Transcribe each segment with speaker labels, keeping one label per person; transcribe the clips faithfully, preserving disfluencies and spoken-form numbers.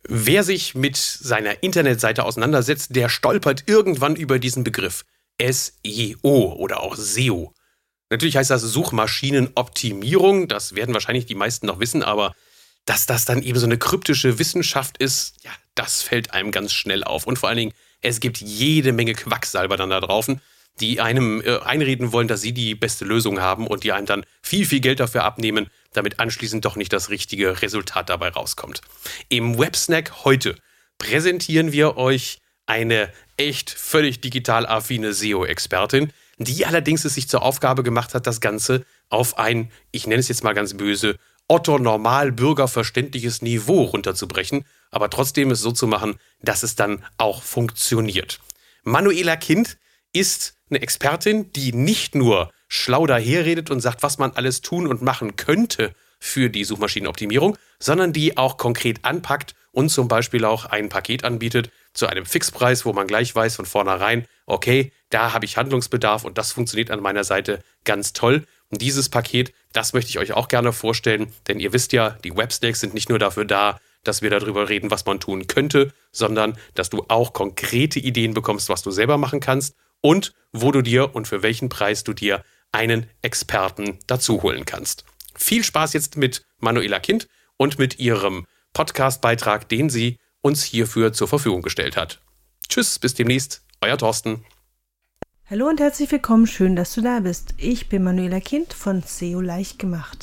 Speaker 1: Wer sich mit seiner Internetseite auseinandersetzt, der stolpert irgendwann über diesen Begriff S E O oder auch S E O. Natürlich heißt das Suchmaschinenoptimierung, das werden wahrscheinlich die meisten noch wissen, aber dass das dann eben so eine kryptische Wissenschaft ist, ja, das fällt einem ganz schnell auf. Und vor allen Dingen, es gibt jede Menge Quacksalber dann da draußen, die einem äh, einreden wollen, dass sie die beste Lösung haben und die einem dann viel, viel Geld dafür abnehmen, damit anschließend doch nicht das richtige Resultat dabei rauskommt. Im Websnack heute präsentieren wir euch eine echt völlig digital affine S E O-Expertin, die allerdings es sich zur Aufgabe gemacht hat, das Ganze auf ein, ich nenne es jetzt mal ganz böse, Otto-Normal-Bürgerverständliches Niveau runterzubrechen, aber trotzdem es so zu machen, dass es dann auch funktioniert. Manuela Kind ist eine Expertin, die nicht nur schlau daherredet und sagt, was man alles tun und machen könnte für die Suchmaschinenoptimierung, sondern die auch konkret anpackt und zum Beispiel auch ein Paket anbietet zu einem Fixpreis, wo man gleich weiß von vornherein, okay, da habe ich Handlungsbedarf und das funktioniert an meiner Seite ganz toll. Und dieses Paket, das möchte ich euch auch gerne vorstellen, denn ihr wisst ja, die Websnacks sind nicht nur dafür da, dass wir darüber reden, was man tun könnte, sondern dass du auch konkrete Ideen bekommst, was du selber machen kannst und wo du dir und für welchen Preis du dir einen Experten dazu holen kannst. Viel Spaß jetzt mit Manuela Kind und mit ihrem Podcast-Beitrag, den sie uns hierfür zur Verfügung gestellt hat. Tschüss, bis demnächst, euer Thorsten.
Speaker 2: Hallo und herzlich willkommen, schön, dass du da bist. Ich bin Manuela Kind von S E O leicht gemacht.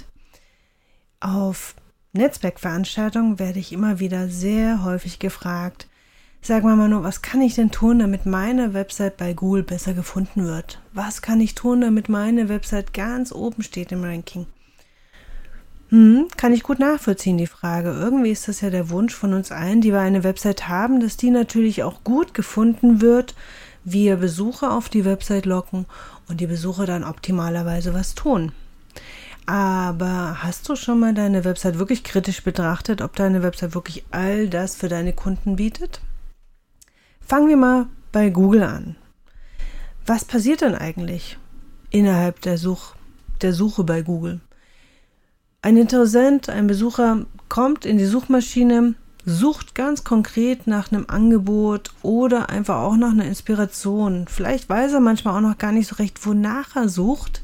Speaker 2: Auf Netzwerkveranstaltungen werde ich immer wieder sehr häufig gefragt, sag mal Manu, was kann ich denn tun, damit meine Website bei Google besser gefunden wird? Was kann ich tun, damit meine Website ganz oben steht im Ranking? Hm, kann ich gut nachvollziehen, die Frage. Irgendwie ist das ja der Wunsch von uns allen, die wir eine Website haben, dass die natürlich auch gut gefunden wird, wir Besucher auf die Website locken und die Besucher dann optimalerweise was tun. Aber hast du schon mal deine Website wirklich kritisch betrachtet, ob deine Website wirklich all das für deine Kunden bietet? Fangen wir mal bei Google an. Was passiert denn eigentlich innerhalb der, Such, der Suche bei Google? Ein Interessent, ein Besucher kommt in die Suchmaschine, sucht ganz konkret nach einem Angebot oder einfach auch nach einer Inspiration. Vielleicht weiß er manchmal auch noch gar nicht so recht, wonach er sucht.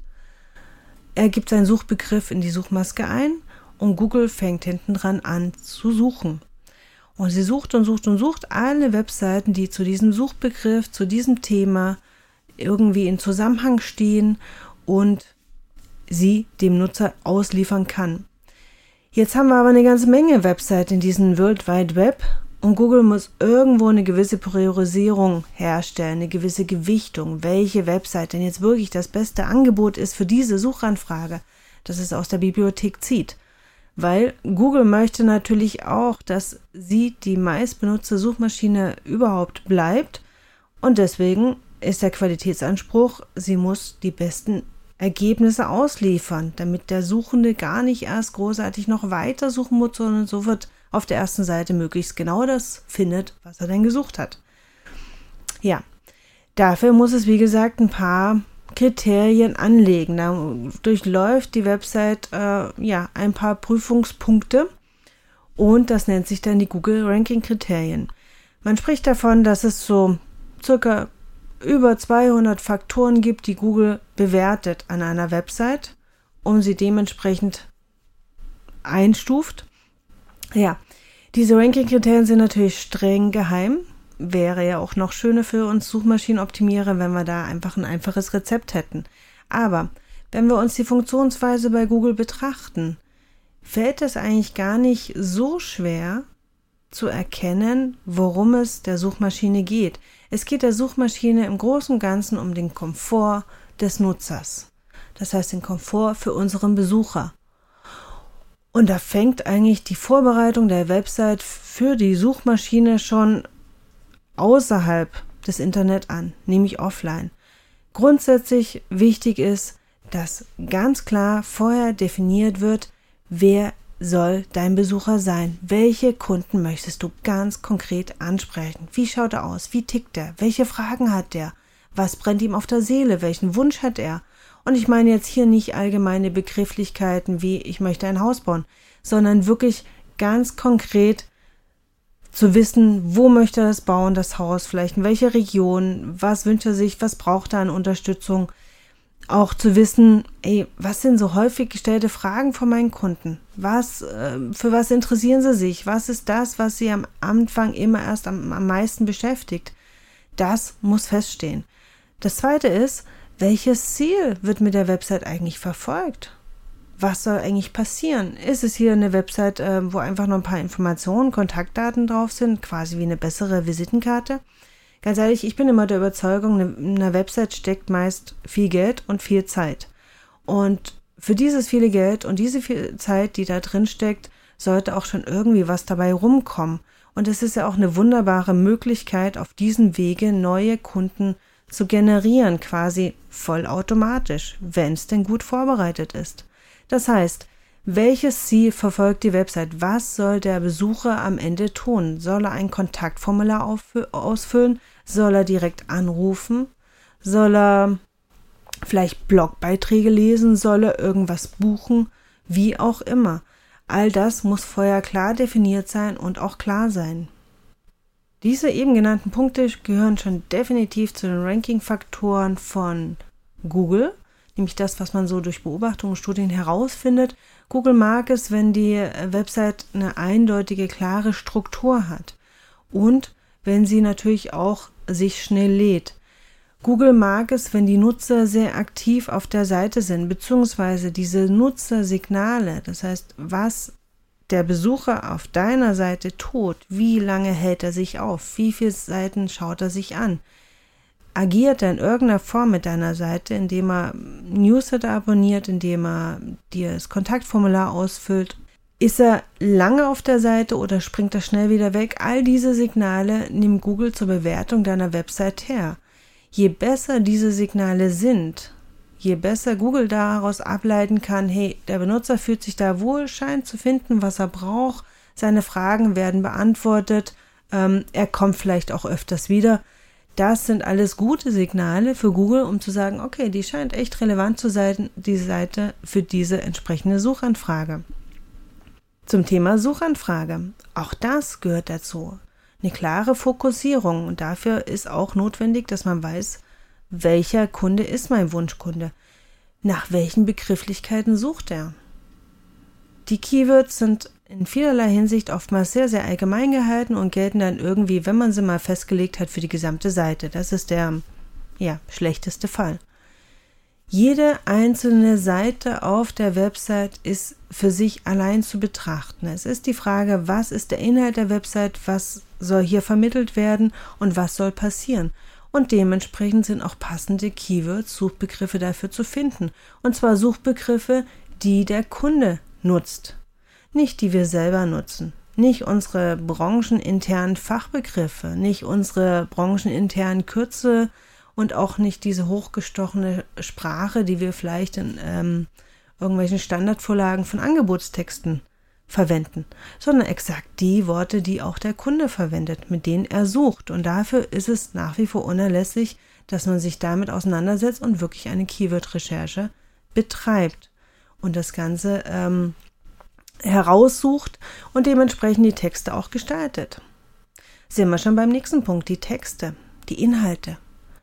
Speaker 2: Er gibt seinen Suchbegriff in die Suchmaske ein und Google fängt hinten dran an zu suchen. Und sie sucht und sucht und sucht alle Webseiten, die zu diesem Suchbegriff, zu diesem Thema irgendwie in Zusammenhang stehen und sie dem Nutzer ausliefern kann. Jetzt haben wir aber eine ganze Menge Webseiten in diesem World Wide Web und Google muss irgendwo eine gewisse Priorisierung herstellen, eine gewisse Gewichtung, welche Website denn jetzt wirklich das beste Angebot ist für diese Suchanfrage, das es aus der Bibliothek zieht. Weil Google möchte natürlich auch, dass sie die meistbenutzte Suchmaschine überhaupt bleibt und deswegen ist der Qualitätsanspruch, sie muss die besten Ergebnisse ausliefern, damit der Suchende gar nicht erst großartig noch weiter suchen muss, sondern so wird auf der ersten Seite möglichst genau das findet, was er denn gesucht hat. Ja, dafür muss es, wie gesagt, ein paar Kriterien anlegen. Da durchläuft die Website äh, ja ein paar Prüfungspunkte und das nennt sich dann die Google Ranking Kriterien. Man spricht davon, dass es so circa über zweihundert Faktoren gibt, die Google bewertet an einer Website und sie dementsprechend einstuft. Ja, diese Ranking-Kriterien sind natürlich streng geheim. Wäre ja auch noch schöner für uns Suchmaschinenoptimierer, wenn wir da einfach ein einfaches Rezept hätten. Aber wenn wir uns die Funktionsweise bei Google betrachten, fällt es eigentlich gar nicht so schwer zu erkennen, worum es der Suchmaschine geht. Es geht der Suchmaschine im Großen und Ganzen um den Komfort des Nutzers. Das heißt den Komfort für unseren Besucher. Und da fängt eigentlich die Vorbereitung der Website für die Suchmaschine schon außerhalb des Internet an, nämlich offline. Grundsätzlich wichtig ist, dass ganz klar vorher definiert wird, wer soll dein Besucher sein? Welche Kunden möchtest du ganz konkret ansprechen? Wie schaut er aus? Wie tickt er? Welche Fragen hat er? Was brennt ihm auf der Seele? Welchen Wunsch hat er? Und ich meine jetzt hier nicht allgemeine Begrifflichkeiten wie ich möchte ein Haus bauen, sondern wirklich ganz konkret zu wissen, wo möchte er das bauen, das Haus, vielleicht in welcher Region, was wünscht er sich, was braucht er an Unterstützung. Auch zu wissen, ey, was sind so häufig gestellte Fragen von meinen Kunden? Was, äh, für was interessieren sie sich? Was ist das, was sie am Anfang immer erst am, am meisten beschäftigt? Das muss feststehen. Das zweite ist, welches Ziel wird mit der Website eigentlich verfolgt? Was soll eigentlich passieren? Ist es hier eine Website, äh, wo einfach noch ein paar Informationen, Kontaktdaten drauf sind, quasi wie eine bessere Visitenkarte? Ganz ehrlich, ich bin immer der Überzeugung, in einer Website steckt meist viel Geld und viel Zeit. Und für dieses viele Geld und diese viel Zeit, die da drin steckt, sollte auch schon irgendwie was dabei rumkommen. Und es ist ja auch eine wunderbare Möglichkeit, auf diesem Wege neue Kunden zu generieren, quasi vollautomatisch, wenn es denn gut vorbereitet ist. Das heißt, welches Ziel verfolgt die Website? Was soll der Besucher am Ende tun? Soll er ein Kontaktformular auffü- ausfüllen? Soll er direkt anrufen? Soll er vielleicht Blogbeiträge lesen? Soll er irgendwas buchen? Wie auch immer. All das muss vorher klar definiert sein und auch klar sein. Diese eben genannten Punkte gehören schon definitiv zu den Ranking-Faktoren von Google, nämlich das, was man so durch Beobachtungen und Studien herausfindet. Google mag es, wenn die Website eine eindeutige, klare Struktur hat und wenn sie natürlich auch sich schnell lädt. Google mag es, wenn die Nutzer sehr aktiv auf der Seite sind, beziehungsweise diese Nutzersignale, das heißt, was der Besucher auf deiner Seite tut, wie lange hält er sich auf, wie viele Seiten schaut er sich an, agiert er in irgendeiner Form mit deiner Seite, indem er Newsletter abonniert, indem er dir das Kontaktformular ausfüllt. Ist er lange auf der Seite oder springt er schnell wieder weg? All diese Signale nimmt Google zur Bewertung deiner Website her. Je besser diese Signale sind, je besser Google daraus ableiten kann, hey, der Benutzer fühlt sich da wohl, scheint zu finden, was er braucht, seine Fragen werden beantwortet, ähm, er kommt vielleicht auch öfters wieder. Das sind alles gute Signale für Google, um zu sagen, okay, die scheint echt relevant zu sein, die Seite für diese entsprechende Suchanfrage. Zum Thema Suchanfrage. Auch das gehört dazu. Eine klare Fokussierung. Und dafür ist auch notwendig, dass man weiß, welcher Kunde ist mein Wunschkunde. Nach welchen Begrifflichkeiten sucht er? Die Keywords sind in vielerlei Hinsicht oftmals sehr, sehr allgemein gehalten und gelten dann irgendwie, wenn man sie mal festgelegt hat, für die gesamte Seite. Das ist der, ja, schlechteste Fall. Jede einzelne Seite auf der Website ist für sich allein zu betrachten. Es ist die Frage, was ist der Inhalt der Website, was soll hier vermittelt werden und was soll passieren. Und dementsprechend sind auch passende Keywords, Suchbegriffe dafür zu finden. Und zwar Suchbegriffe, die der Kunde nutzt. Nicht die wir selber nutzen, nicht unsere brancheninternen Fachbegriffe, nicht unsere brancheninternen Kürze und auch nicht diese hochgestochene Sprache, die wir vielleicht in ähm, irgendwelchen Standardvorlagen von Angebotstexten verwenden, sondern exakt die Worte, die auch der Kunde verwendet, mit denen er sucht. Und dafür ist es nach wie vor unerlässlich, dass man sich damit auseinandersetzt und wirklich eine Keyword-Recherche betreibt und das Ganze ähm, heraussucht und dementsprechend die Texte auch gestaltet. Sind wir schon beim nächsten Punkt, die Texte, die Inhalte.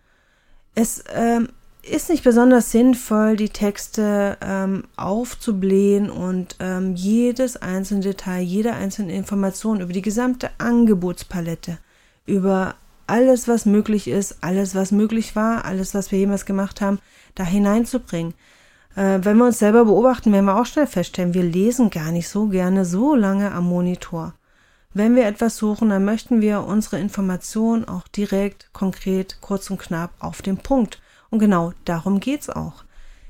Speaker 2: Es ähm, ist nicht besonders sinnvoll, die Texte ähm, aufzublähen und ähm, jedes einzelne Detail, jede einzelne Information über die gesamte Angebotspalette, über alles, was möglich ist, alles, was möglich war, alles, was wir jemals gemacht haben, da hineinzubringen. Äh, wenn wir uns selber beobachten, werden wir auch schnell feststellen, wir lesen gar nicht so gerne so lange am Monitor. Wenn wir etwas suchen, dann möchten wir unsere Informationen auch direkt, konkret, kurz und knapp auf den Punkt. Und genau darum geht's auch.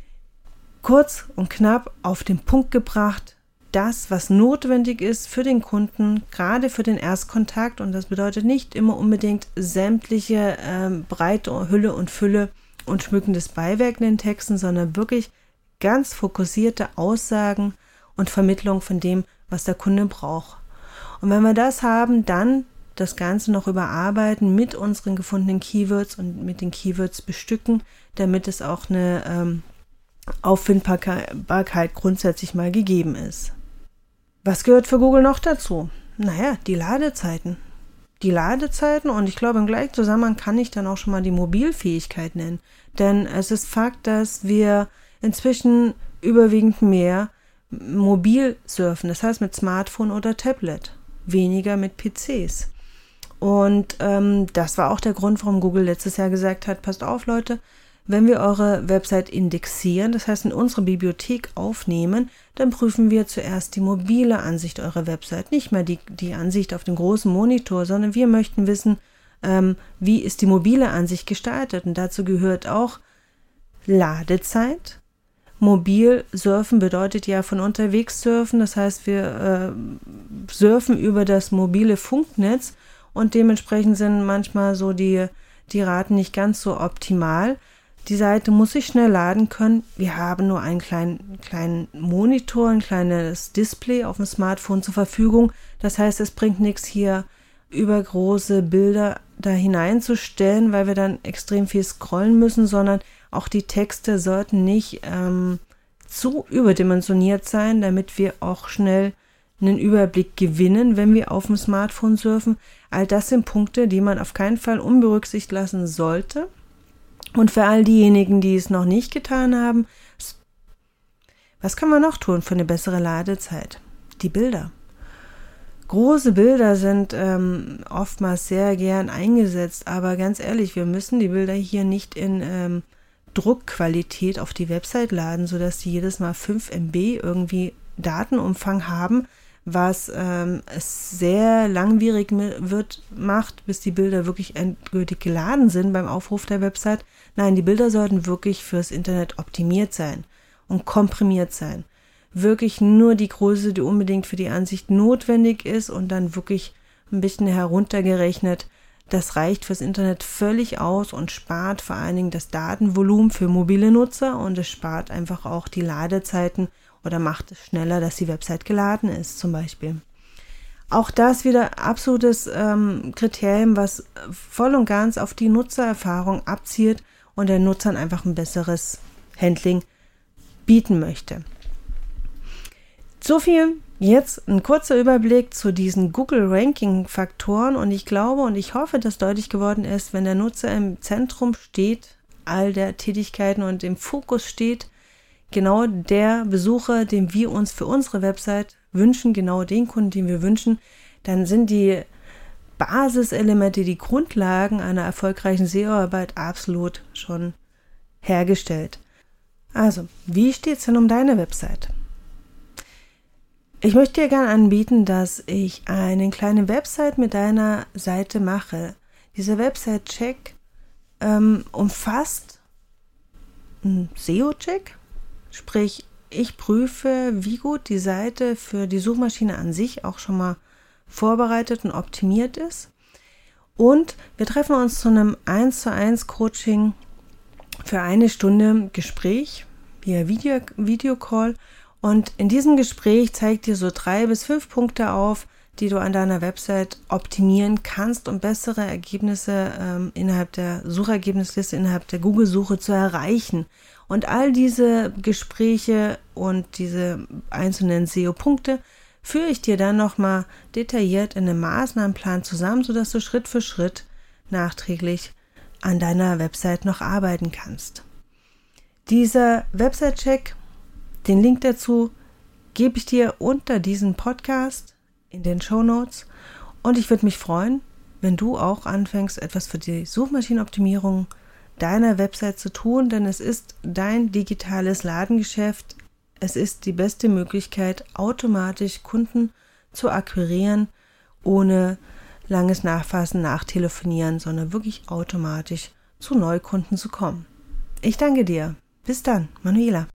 Speaker 2: Kurz und knapp auf den Punkt gebracht, das, was notwendig ist für den Kunden, gerade für den Erstkontakt. Und das bedeutet nicht immer unbedingt sämtliche ähm, Breite, Hülle und Fülle und schmückendes Beiwerk in den Texten, sondern wirklich ganz fokussierte Aussagen und Vermittlung von dem, was der Kunde braucht. Und wenn wir das haben, dann das Ganze noch überarbeiten mit unseren gefundenen Keywords und mit den Keywords bestücken, damit es auch eine ähm, Auffindbarkeit grundsätzlich mal gegeben ist. Was gehört für Google noch dazu? Naja, die Ladezeiten. die Ladezeiten und ich glaube, im gleichen Zusammenhang kann ich dann auch schon mal die Mobilfähigkeit nennen. Denn es ist Fakt, dass wir inzwischen überwiegend mehr mobil surfen, das heißt mit Smartphone oder Tablet, weniger mit P Cs. Und ähm, das war auch der Grund, warum Google letztes Jahr gesagt hat, passt auf Leute, wenn wir eure Website indexieren, das heißt in unsere Bibliothek aufnehmen, dann prüfen wir zuerst die mobile Ansicht eurer Website, nicht mehr die, die Ansicht auf dem großen Monitor, sondern wir möchten wissen, ähm, wie ist die mobile Ansicht gestaltet. Und dazu gehört auch Ladezeit. Mobil surfen bedeutet ja von unterwegs surfen, das heißt wir äh, surfen über das mobile Funknetz und dementsprechend sind manchmal so die, die Raten nicht ganz so optimal. Die Seite muss sich schnell laden können. Wir haben nur einen kleinen, kleinen Monitor, ein kleines Display auf dem Smartphone zur Verfügung. Das heißt, es bringt nichts, hier übergroße Bilder da hineinzustellen, weil wir dann extrem viel scrollen müssen, sondern auch die Texte sollten nicht ähm, zu überdimensioniert sein, damit wir auch schnell einen Überblick gewinnen, wenn wir auf dem Smartphone surfen. All das sind Punkte, die man auf keinen Fall unberücksichtigt lassen sollte. Und für all diejenigen, die es noch nicht getan haben, was kann man noch tun für eine bessere Ladezeit? Die Bilder. Große Bilder sind ähm, oftmals sehr gern eingesetzt, aber ganz ehrlich, wir müssen die Bilder hier nicht in ähm, Druckqualität auf die Website laden, sodass die jedes Mal fünf Megabyte irgendwie Datenumfang haben, was ähm, es sehr langwierig wird, macht, bis die Bilder wirklich endgültig geladen sind beim Aufruf der Website. Nein, die Bilder sollten wirklich fürs Internet optimiert sein und komprimiert sein. Wirklich nur die Größe, die unbedingt für die Ansicht notwendig ist und dann wirklich ein bisschen heruntergerechnet. Das reicht fürs Internet völlig aus und spart vor allen Dingen das Datenvolumen für mobile Nutzer und es spart einfach auch die Ladezeiten oder macht es schneller, dass die Website geladen ist zum Beispiel. Auch das wieder absolutes ähm, Kriterium, was voll und ganz auf die Nutzererfahrung abzielt und den Nutzern einfach ein besseres Handling bieten möchte. So viel jetzt ein kurzer Überblick zu diesen Google-Ranking-Faktoren und ich glaube und ich hoffe, dass deutlich geworden ist, wenn der Nutzer im Zentrum steht, all der Tätigkeiten und im Fokus steht, genau der Besucher, den wir uns für unsere Website wünschen, genau den Kunden, den wir wünschen, dann sind die Basiselemente, die Grundlagen einer erfolgreichen S E O-Arbeit absolut schon hergestellt. Also, wie steht's denn um deine Website? Ich möchte dir gerne anbieten, dass ich eine kleine Website mit deiner Seite mache. Dieser Website-Check ähm, umfasst einen S E O-Check, sprich, ich prüfe, wie gut die Seite für die Suchmaschine an sich auch schon mal vorbereitet und optimiert ist. Und wir treffen uns zu einem eins zu eins Coaching für eine Stunde Gespräch via Video, Videocall. Und in diesem Gespräch zeigt dir so drei bis fünf Punkte auf, die du an deiner Website optimieren kannst, um bessere Ergebnisse ähm, innerhalb der Suchergebnisliste, innerhalb der Google-Suche zu erreichen. Und all diese Gespräche und diese einzelnen S E O-Punkte führe ich dir dann nochmal detailliert in einem Maßnahmenplan zusammen, sodass du Schritt für Schritt nachträglich an deiner Website noch arbeiten kannst. Dieser Website-Check, den Link dazu gebe ich dir unter diesem Podcast in den Shownotes und ich würde mich freuen, wenn du auch anfängst, etwas für die Suchmaschinenoptimierung deiner Website zu tun, denn es ist dein digitales Ladengeschäft. Es ist die beste Möglichkeit, automatisch Kunden zu akquirieren, ohne langes Nachfassen, Nachtelefonieren, sondern wirklich automatisch zu Neukunden zu kommen. Ich danke dir. Bis dann, Manuela.